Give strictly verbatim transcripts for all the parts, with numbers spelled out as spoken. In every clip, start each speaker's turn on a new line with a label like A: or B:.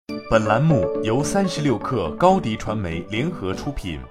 A: 本栏目由三十六氪高迪传媒联合出品。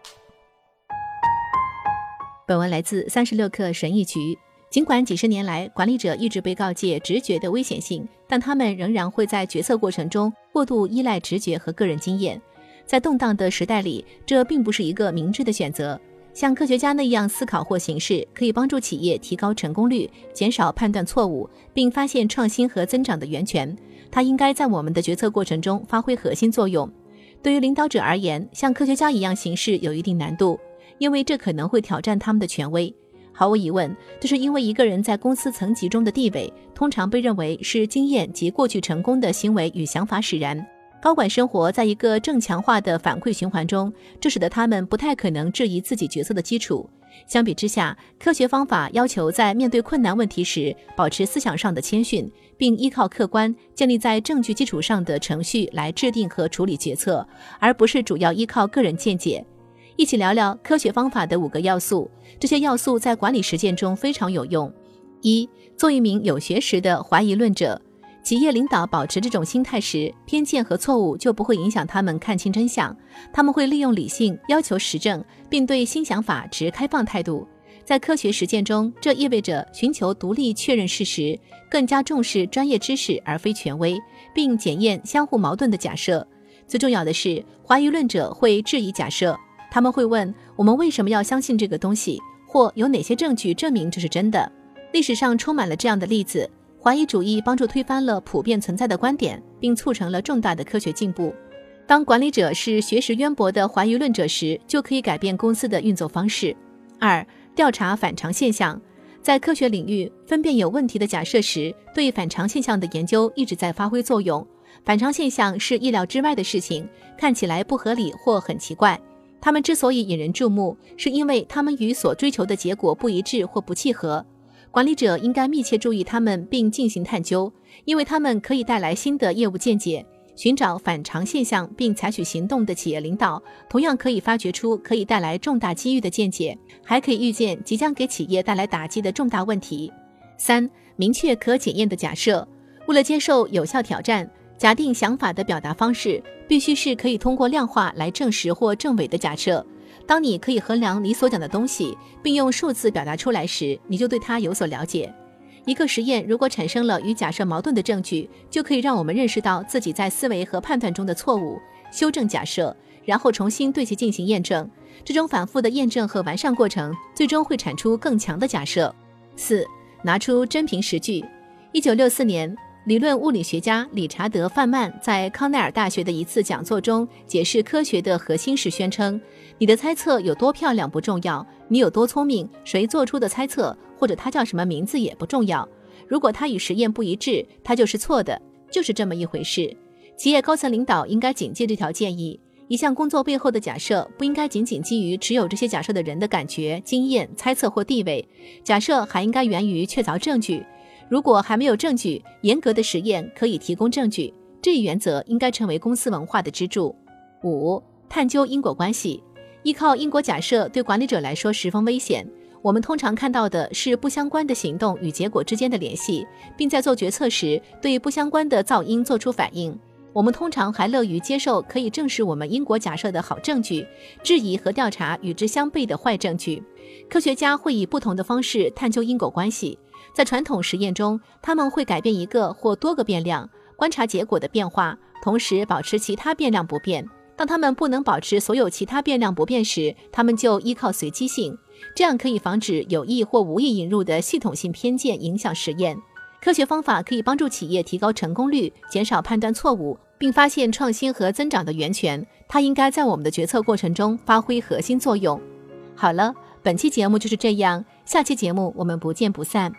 B: 本文来自三十六氪神译局。尽管几十年来管理者一直被告诫直觉的危险性，但他们仍然会在决策过程中过度依赖直觉和个人经验。在动荡的时代里，这并不是一个明智的选择。像科学家那样思考或行事，可以帮助企业提高成功率，减少判断错误，并发现创新和增长的源泉。它应该在我们的决策过程中发挥核心作用。对于领导者而言，像科学家一样行事有一定难度，因为这可能会挑战他们的权威。毫无疑问，这是因为一个人在公司层级中的地位，通常被认为是经验及过去成功的行为与想法使然。高管生活在一个正强化的反馈循环中，这使得他们不太可能质疑自己决策的基础。相比之下，科学方法要求在面对困难问题时保持思想上的谦逊，并依靠客观、建立在证据基础上的程序来制定和处理决策，而不是主要依靠个人见解。一起聊聊科学方法的五个要素，这些要素在管理实践中非常有用。一、做一名有学识的怀疑论者。企业领导保持这种心态时，偏见和错误就不会影响他们看清真相。他们会利用理性要求实证，并对新想法持开放态度。在科学实践中，这意味着寻求独立确认事实，更加重视专业知识而非权威，并检验相互矛盾的假设。最重要的是，怀疑论者会质疑假设。他们会问，我们为什么要相信这个东西，或有哪些证据证明这是真的。历史上充满了这样的例子。怀疑主义帮助推翻了普遍存在的观点，并促成了重大的科学进步。当管理者是学识渊博的怀疑论者时，就可以改变公司的运作方式。二、调查反常现象。在科学领域，分辨有问题的假设时，对反常现象的研究一直在发挥作用。反常现象是意料之外的事情，看起来不合理或很奇怪。它们之所以引人注目，是因为它们与所追求的结果不一致或不契合。管理者应该密切注意它们并进行探究，因为它们可以带来新的业务见解。寻找反常现象并采取行动的企业领导，同样可以发掘出可以带来重大机遇的见解，还可以预见即将给企业带来打击的重大问题。三、明确可检验的假设。为了接受有效挑战，假定想法的表达方式必须是可以通过量化来证实或证伪的假设。当你可以衡量你所讲的东西，并用数字表达出来时，你就对它有所了解。一个实验如果产生了与假设矛盾的证据，就可以让我们认识到自己在思维和判断中的错误，修正假设，然后重新对其进行验证。这种反复的验证和完善过程，最终会产出更强的假设。四、拿出真凭实据。一九六四年，理论物理学家理查德·范曼在康奈尔大学的一次讲座中解释科学的核心时宣称，你的猜测有多漂亮不重要，你有多聪明，谁做出的猜测或者他叫什么名字也不重要。如果他与实验不一致，他就是错的，就是这么一回事。企业高层领导应该谨记这条建议。一项工作背后的假设不应该仅仅基于持有这些假设的人的感觉、经验、猜测或地位，假设还应该源于确凿证据。如果还没有证据，严格的实验可以提供证据。这一原则应该成为公司文化的支柱。五、探究因果关系。依靠因果假设对管理者来说十分危险。我们通常看到的是不相关的行动与结果之间的联系，并在做决策时对不相关的噪音做出反应。我们通常还乐于接受可以证实我们因果假设的好证据，质疑和调查与之相悖的坏证据。科学家会以不同的方式探究因果关系。在传统实验中，他们会改变一个或多个变量，观察结果的变化，同时保持其他变量不变。当他们不能保持所有其他变量不变时，他们就依靠随机性，这样可以防止有意或无意引入的系统性偏见影响实验。科学方法可以帮助企业提高成功率，减少判断错误，并发现创新和增长的源泉。它应该在我们的决策过程中发挥核心作用。好了，本期节目就是这样，下期节目我们不见不散。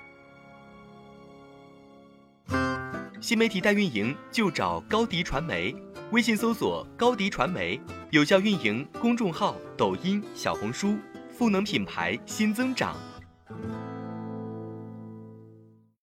C: 新媒体代运营就找高迪传媒，微信搜索高迪传媒，有效运营公众号、抖音、小红书，赋能品牌新增长。